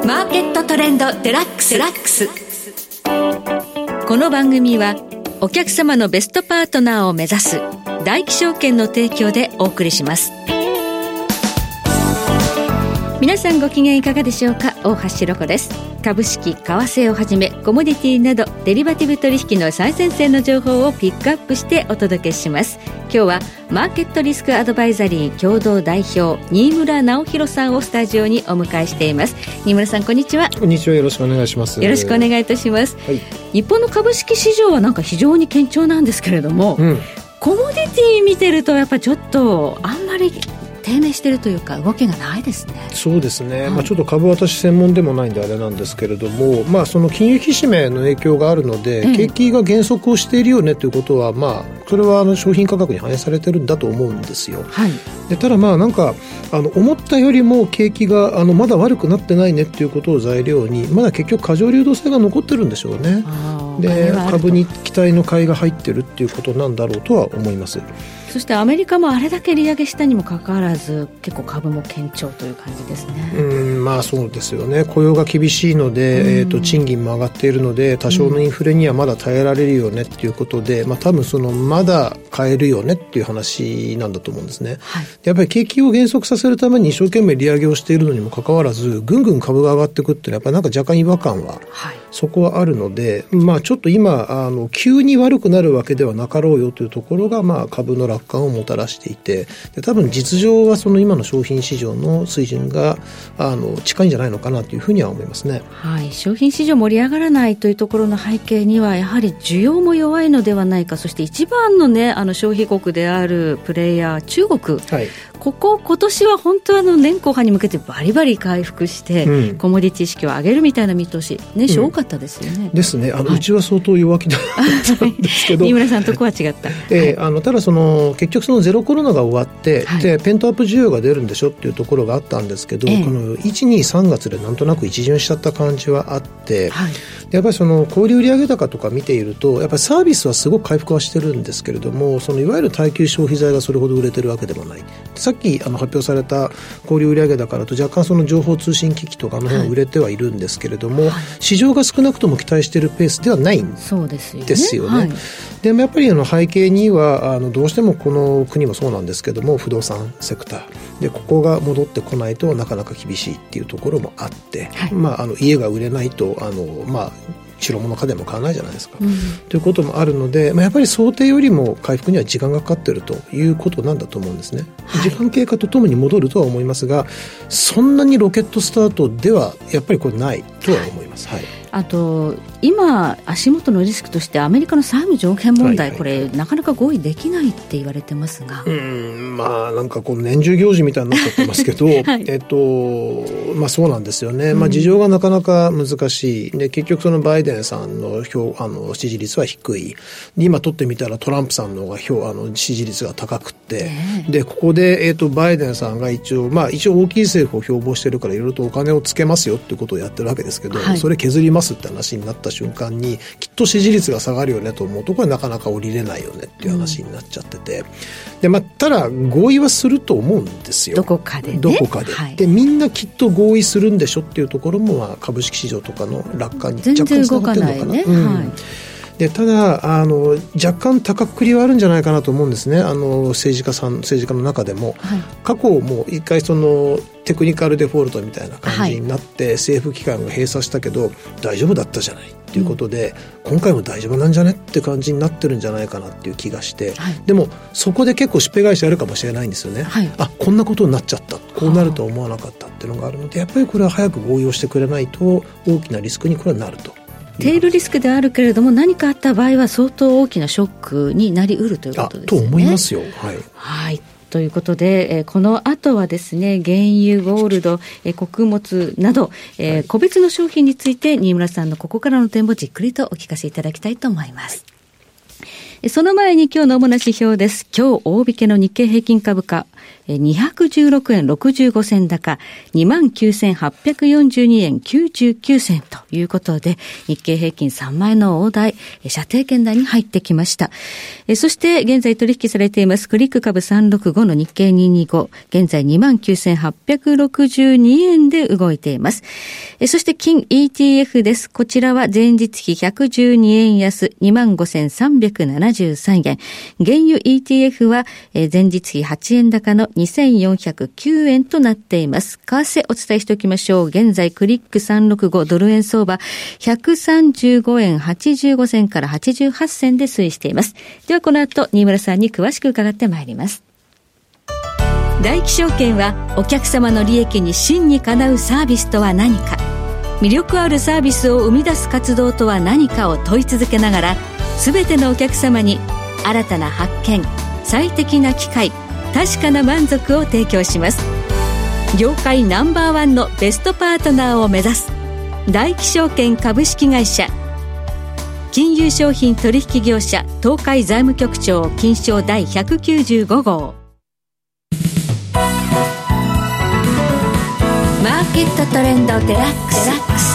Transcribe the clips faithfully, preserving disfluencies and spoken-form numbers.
マーケットトレンドデラックス。デラックス。この番組はお客様のベストパートナーを目指す大気証券の提供でお送りします。皆さんご機嫌いかがでしょうか。大橋ロコです。株式、為替をはじめコモディティなどデリバティブ取引の最前線の情報をピックアップしてお届けします。今日はマーケットリスクアドバイザリー共同代表新村直弘さんをスタジオにお迎えしています。新村さん、こんにちは。 こんにちは、よろしくお願いします。 よろしくお願いいたします、はい、日本の株式市場はなんか非常に堅調なんですけれども、うん、コモディティ見てるとやっぱちょっとあんまり低迷しているというか動きがないですね。 そうですね、はい、まあ、ちょっと株私専門でもないんであれなんですけれども、まあ、その金融引き締めの影響があるので、うん、景気が減速をしているよねということは、まあ、それはあの商品価格に反映されてるんだと思うんですよ、はい、でただまあなんかあの思ったよりも景気があのまだ悪くなってないねということを材料にまだ結局過剰流動性が残ってるんでしょうね。で株に期待の買いが入ってるっていうことなんだろうとは思います。 そしてアメリカもあれだけ利上げしたにもかかわらず結構株も堅調という感じですね。 うん、まあそうですよね。雇用が厳しいので、えーと、賃金も上がっているので多少のインフレにはまだ耐えられるよねっていうことで、まあ、多分そのまだ買えるよねっていう話なんだと思うんですね、はい、でやっぱり景気を減速させるために一生懸命利上げをしているのにもかかわらずぐんぐん株が上がっていくっていうのはやっぱりなんか若干違和感は、はい、そこはあるので、まあ、ちょっと今あの急に悪くなるわけではなかろうよというところが、まあ、株の楽観をもたらしていて、で多分実情はその今の商品市場の水準があの近いんじゃないのかなというふうには思いますね、 はい、商品市場盛り上がらないというところの背景にはやはり需要も弱いのではないか。そして一番のねあの消費国であるプレイヤー中国、はい、ここ今年は本当はの年後半に向けてバリバリ回復して、うん、コモディティ意識を上げるみたいな見通し年初多かったですよね、 うん、ですね。あの、はい、うちは相当弱気だったんですけど新村さんとこは違った、 えー、あのただその結局そのゼロコロナが終わって、はい、でペントアップ需要が出るんでしょっていうところがあったんですけど、えー、このいち、に、さんがつでなんとなく一巡しちゃった感じはあって、はい、でやっぱりその小売売上高とか見ているとやっぱりサービスはすごく回復はしてるんですけれども、そのいわゆる耐久消費財がそれほど売れてるわけでもない。さっきあの発表された小売売上高だと若干その情報通信機器とかの方が売れてはいるんですけれども、はい、市場が少なくとも期待しているペースではないんですよね。ですよね、はい、でもやっぱりあの背景にはあのどうしてもこの国もそうなんですけども不動産セクターでここが戻ってこないとなかなか厳しいっていうところもあって、はい、まあ、あの家が売れないとあの、まあ、白物家電も買わないじゃないですか、うん、ということもあるので、まあ、やっぱり想定よりも回復には時間がかかっているということなんだと思うんですね、はい、時間経過とともに戻るとは思いますがそんなにロケットスタートではやっぱりこれないとは思います、はいはい。 あと今足元のリスクとしてアメリカの債務上限問題、はいはいはい、これなかなか合意できないって言われてますが、 うーん、まあなんかこう年中行事みたいになっちゃってますけど、はい、えっとまあそうなんですよね、まあ、事情がなかなか難しいで結局そのバイデンさんの票あの支持率は低い。今取ってみたらトランプさんの方が票あの支持率が高くて、えー、でここで、えっと、バイデンさんが一応まあ一応大きい政府を標榜してるからいろいろとお金をつけますよっていうことをやってるわけですけど、はい、それ削りますって話になった瞬間にきっと支持率が下がるよねと思うとこれなかなか降りれないよねっていう話になっちゃってて、うん、でまあ、ただ合意はすると思うんですよ。 どこかでね。 どこかで、はい、でみんなきっと合意するんでしょっていうところも、まあ、株式市場とかの楽観に若干つながってるのかな。全然動かないね、うん、はい。でただあの若干高くくりはあるんじゃないかなと思うんですね。あの政治家さん政治家の中でも、はい、過去も一回そのテクニカルデフォルトみたいな感じになって、はい、政府機関が閉鎖したけど大丈夫だったじゃないということで、うん、今回も大丈夫なんじゃねって感じになってるんじゃないかなっていう気がして、はい、でもそこで結構しっぺ返しあるかもしれないんですよね、はい、あこんなことになっちゃったこうなるとは思わなかったっていうのがあるのでやっぱりこれは早く合意をしてくれないと大きなリスクにこれはなると。 テールリスクであるけれども何かあった場合は相当大きなショックになりうるということですね。 と思いますよ、はい、 はい。ということで、えー、この後はですね原油、ゴールド、えー、穀物など、えーはい、個別の商品について新村さんのここからの点をじっくりとお聞かせいただきたいと思います、はい。その前に今日の主な指標です。今日大引けの日経平均株価にひゃくじゅうろくえんろくじゅうごせん高 にまんきゅうせんはっぴゃくよんじゅうにえんきゅうじゅうきゅうせんということで、日経平均さんまんえんの大台、射程圏内に入ってきました。そして現在取引されていますクリック株さんろくごの日経にひゃくにじゅうご、現在 にまんきゅうせんはっぴゃくろくじゅうにえんで動いています。そして金 イーティーエフ です。こちらは前日比ひゃくじゅうにえん安 にまんごせんさんびゃくななじゅうさんえん。原油 イーティーエフ は前日比はちえん高のにせんよんひゃくきゅうえんとなっています。為替お伝えしておきましょう。現在クリックさんろくごドル円相場ひゃくさんじゅうごえんはちじゅうごせんからはちじゅうはちせんで推移しています。ではこの後新村さんに詳しく伺ってまいります。大気証券はお客様の利益に真にかなうサービスとは何か、魅力あるサービスを生み出す活動とは何かを問い続けながら、すべてのお客様に新たな発見、最適な機会、確かな満足を提供します。業界ナンバーワンのベストパートナーを目指す大気証券株式会社、金融商品取引業者東海財務局長金商第ひゃくきゅうじゅうご号。マーケットトレンドデラックス。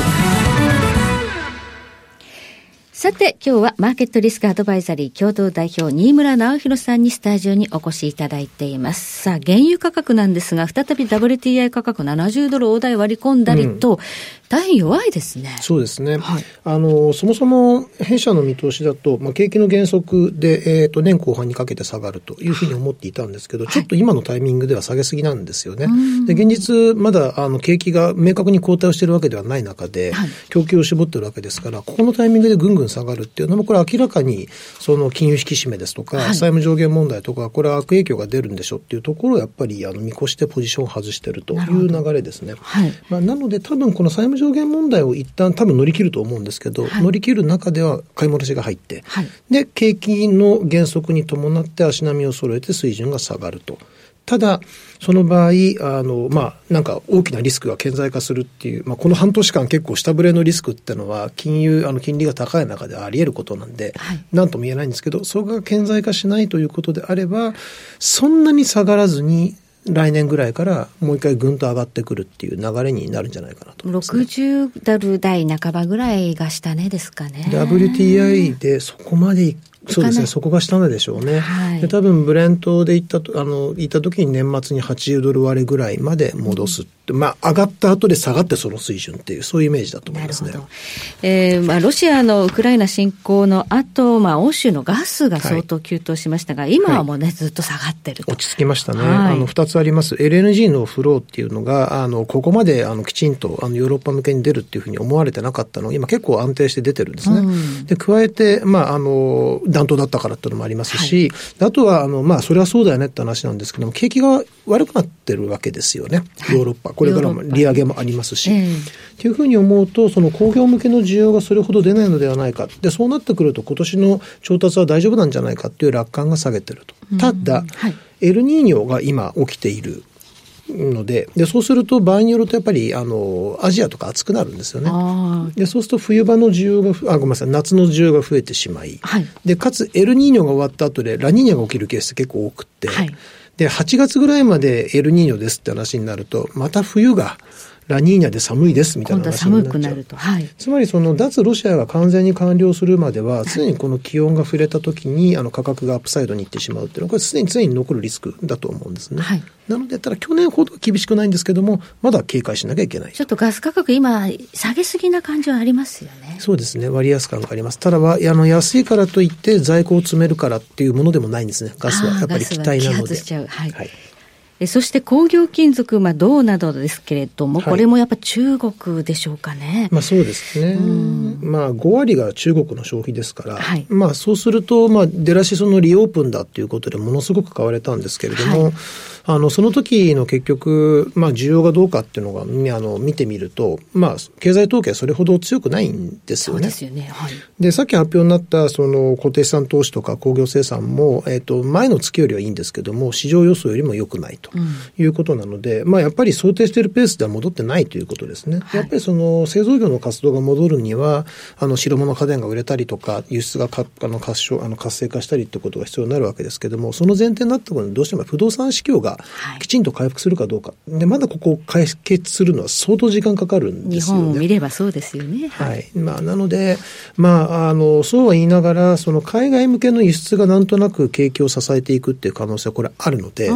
さて今日はマーケットリスクアドバイザリー共同代表新村直弘さんにスタジオにお越しいただいています。さあ原油価格なんですが、再び ダブリューティーアイ 価格ななじゅうドル大台割り込んだりと、うん、大変弱いですね。 そうですね、はい、あのそもそも弊社の見通しだと、まあ、景気の減速で、えー、と年後半にかけて下がるというふうに思っていたんですけど、はい、ちょっと今のタイミングでは下げすぎなんですよね、はい、で現実まだあの景気が明確に後退をしているわけではない中で、はい、供給を絞っているわけですから、ここのタイミングでぐんぐん下がるっていうのも、これ明らかにその金融引き締めですとか、はい、債務上限問題とか、これは悪影響が出るんでしょっていうところをやっぱりあの見越してポジションを外しているという流れですね。はい、まあ、なので多分この債務上限問題を一旦多分乗り切ると思うんですけど、はい、乗り切る中では買い戻しが入って、はい、で景気の減速に伴って足並みを揃えて水準が下がると。ただその場合あの、まあ、なんか大きなリスクが顕在化するっていう、まあ、この半年間結構下振れのリスクってのは金融あの金利が高い中であり得ることなんで、はい、なんとも言えないんですけど、それが顕在化しないということであれば、そんなに下がらずに来年ぐらいからもう一回ぐんと上がってくるっていう流れになるんじゃないかなと思いますね。ろくじゅうドル台半ばぐらいが下値ですかね。 ダブリューティーアイ でそこまでいそうですね、そこが下値でしょうね、はい、で多分ブレントで行ったとあの行った時に年末にはちじゅうドル割れぐらいまで戻すって、うん、まあ上がった後で下がってその水準っていう、そういうイメージだと思いますね。なるほど、 えーまあ、ロシアのウクライナ侵攻の後、まあ、欧州のガスが相当急騰しましたが、はい、今はもうね、はい、ずっと下がってると落ち着きましたね、はい、あのふたつあります。 エルエヌジー のフローっていうのがあのここまであのきちんとあのヨーロッパ向けに出るっていうふうに思われてなかったのが今結構安定して出てるんですね、うん、で加えて、まあ、あの暖冬だったからっていうのもありますし、はい、あとはあの、まあ、それはそうだよねって話なんですけども、景気が悪くなってるわけですよね、はい、ヨーロッパこれからも利上げもありますし、えー、っていうふうに思うと、その工業向けの需要がそれほど出ないのではないか、でそうなってくると今年の調達は大丈夫なんじゃないかっていう楽観が下げてると、うん、ただ、はい、エルニーニョが今起きているので、でそうすると場合によるとやっぱりあのアジアとか暑くなるんですよね。でそうすると冬場の需要があごめんなさい夏の需要が増えてしまい、はい、でかつエルニーニョが終わった後でラニーニョが起きるケースって結構多くって、はい、ではちがつぐらいまでエルニーニョですって話になると、また冬がラニーニャで寒いですみたいな話になっちゃう。今度は寒くなると、はい、つまりその脱ロシアが完全に完了するまでは常にこの気温が触れた時にあの価格がアップサイドに行ってしまうっていうのはこれ常に常に残るリスクだと思うんですね、はい、なのでただ去年ほど厳しくないんですけどもまだ警戒しなきゃいけない。 ちょっとガス価格今下げすぎな感じはありますよね。 そうですね、割安感があります。ただはあの安いからといって在庫を詰めるからっていうものでもないんですね。ガスはやっぱり期待なので。 はい、はい、そして工業金属、まあ、銅などですけれども、はい、これもやっぱ中国でしょうかね。 まあ、そうですね、まあ、ご割が中国の消費ですから、はい、まあ、そうすると、まあ、出だしそのリオープンだということでものすごく買われたんですけれども、はい、あのその時の結局、まあ、需要がどうかっていうのがあの見てみると、まあ、経済統計はそれほど強くないんですよね。そうですよね、はい、でさっき発表になったその固定資産投資とか工業生産も、えーと、前の月よりはいいんですけども市場予想よりも良くないということなので、うん、まあ、やっぱり想定しているペースでは戻ってないということですね、はい、やっぱりその製造業の活動が戻るにはあの白物家電が売れたりとか輸出がかあの活性あの活性化したりってことが必要になるわけですけども、その前提になったことにどうしても不動産市況がきちんと回復するかどうか、はい、でまだここを解決するのは相当時間かかるんですよね。 日本を見ればそうですよね。 はい、まあ、なので、まあ、あのそうは言いながらその海外向けの輸出がなんとなく景気を支えていくっていう可能性はこれあるので、うん、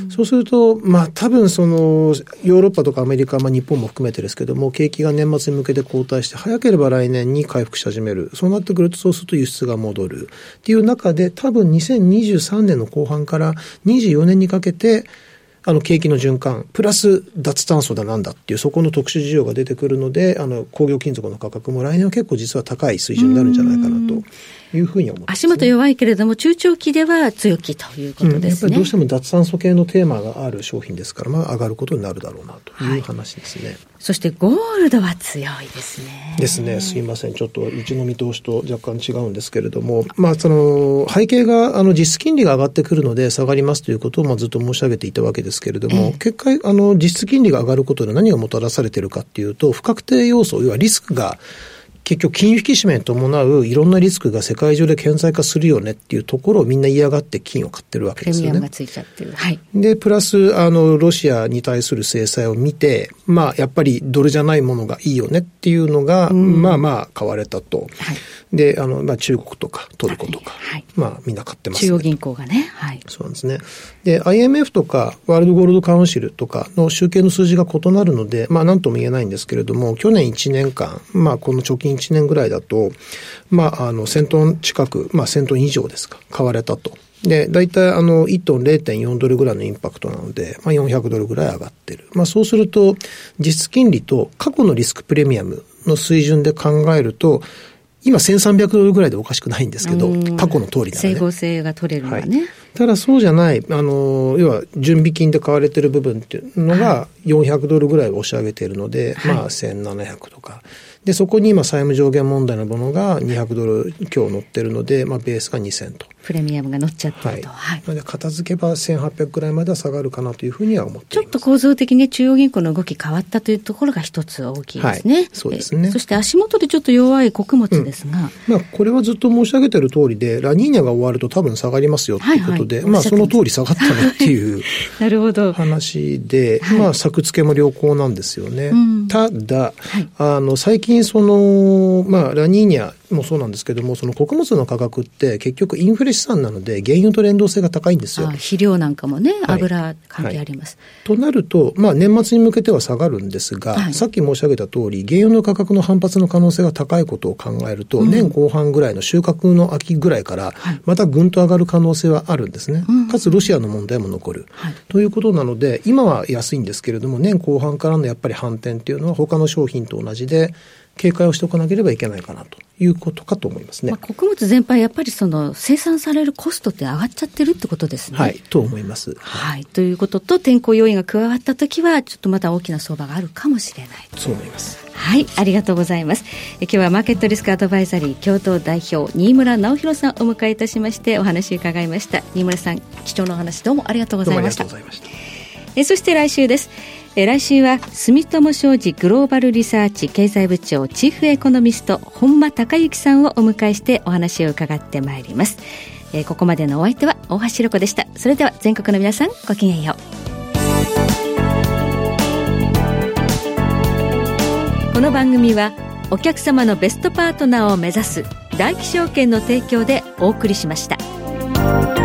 そうすると、まあ、多分そのヨーロッパとかアメリカ、まあ、日本も含めてですけども、景気が年末に向けて後退して早ければ来年に回復し始める。そうなってくると、そうすると輸出が戻るっていう中で、多分にせんにじゅうさんねんの後半からにじゅうよねんにかけてあの景気の循環プラス脱炭素だなんだっていうそこの特殊需要が出てくるので、あの工業金属の価格も来年は結構実は高い水準になるんじゃないかなというふうに思います、ね、 足元弱いけれども中長期では強気ということですね、うん、やっぱりどうしても脱炭素系のテーマがある商品ですから、まあ、上がることになるだろうなという話ですね、はい、 そしてゴールドは強いですねですね。すいません、ちょっとうちの見通しと若干違うんですけれども、まあ、その背景があの実質金利が上がってくるので下がりますということをまあずっと申し上げていたわけですけれども、えー、結果あの実質金利が上がることで何がもたらされているかっていうと、不確定要素、要はリスクが結局金融引き締めに伴ういろんなリスクが世界中で顕在化するよねっていうところをみんな嫌がって金を買ってるわけですよね。 プレミアムがついちゃってる。はい。 で、プラス、あの、ロシアに対する制裁を見て、まあ、やっぱりドルじゃないものがいいよねっていうのが、うん、まあまあ買われたと。はい。で、あの、まあ中国とかトルコとか、はい、まあみんな買ってますね。 中央銀行がね。はい。 そうなんですね。で、アイエムエフ とかワールドゴールドカウンシルとかの集計の数字が異なるので、まあ何とも言えないんですけれども、去年いちねんかん、まあこの直近いちねんぐらいだと、まああのせんトン近く、まあせんトン以上ですか、買われたと。で、だいたいあのいちトン れいてんよん ドルぐらいのインパクトなので、まあよんひゃくドルぐらい上がってる。まあそうすると、実質金利と過去のリスクプレミアムの水準で考えると、今せんさんびゃくドルぐらいでおかしくないんですけど、過去の通りなのね。 整合性が取れるのはね。はい、 ただそうじゃない、あの、要は準備金で買われてる部分っていうのがよんひゃくドルぐらい押し上げているので、はい、まあせんななひゃくとか。で、そこに今債務上限問題のものがにひゃくドル強乗ってるので、まあベースがにせんと。 プレミアムが乗っちゃってると。はい。 なので片付けばせんはっぴゃくぐらいまでは下がるかなというふうには思っています。 ちょっと構造的に中央銀行の動き変わったというところが一つ大きいですね。はい、 そうですね。 そして足元でちょっと弱い穀物ですが。 うん、まあこれはずっと申し上げている通りで、ラニーニャが終わると多分下がりますよということで、はいはい、まあその通り下がったねっていうなるほど話で、はい、まあ作付けも良好なんですよね。うん、ただ、はい、あの最近その、まあラニーニャもそうなんですけども、その穀物の価格って結局インフレ資産なので原油と連動性が高いんですよ。 あ、肥料なんかもね、はい、油関係あります、 はい、となると、まあ年末に向けては下がるんですが、はい、さっき申し上げた通り原油の価格の反発の可能性が高いことを考えると、うん、年後半ぐらいの収穫の秋ぐらいからまたぐんと上がる可能性はあるんですね、うん、かつロシアの問題も残る、はい、ということなので今は安いんですけれども、年後半からのやっぱり反転っていうのは他の商品と同じで警戒をしておかなければいけないかなということかと思いますね。 まあ、穀物全般やっぱりその生産されるコストって上がっちゃってるってことですね。 はい、と思います。 はい、ということと天候要因が加わったときはちょっとまた大きな相場があるかもしれない。 そう思います。 はい、ありがとうございます。え今日はマーケットリスクアドバイザリー共同代表新村直弘さんをお迎えいたしましてお話を伺いました。新村さん、貴重なお話どうもありがとうございました。 どうもありがとうございました。 えそして来週です。え来週は住友商事グローバルリサーチ経済部長チーフエコノミスト本間隆之さんをお迎えしてお話を伺ってまいります。えここまでのお相手は大橋ロコでした。それでは全国の皆さんごきげんよう。この番組はお客様のベストパートナーを目指す大気証券の提供でお送りしました。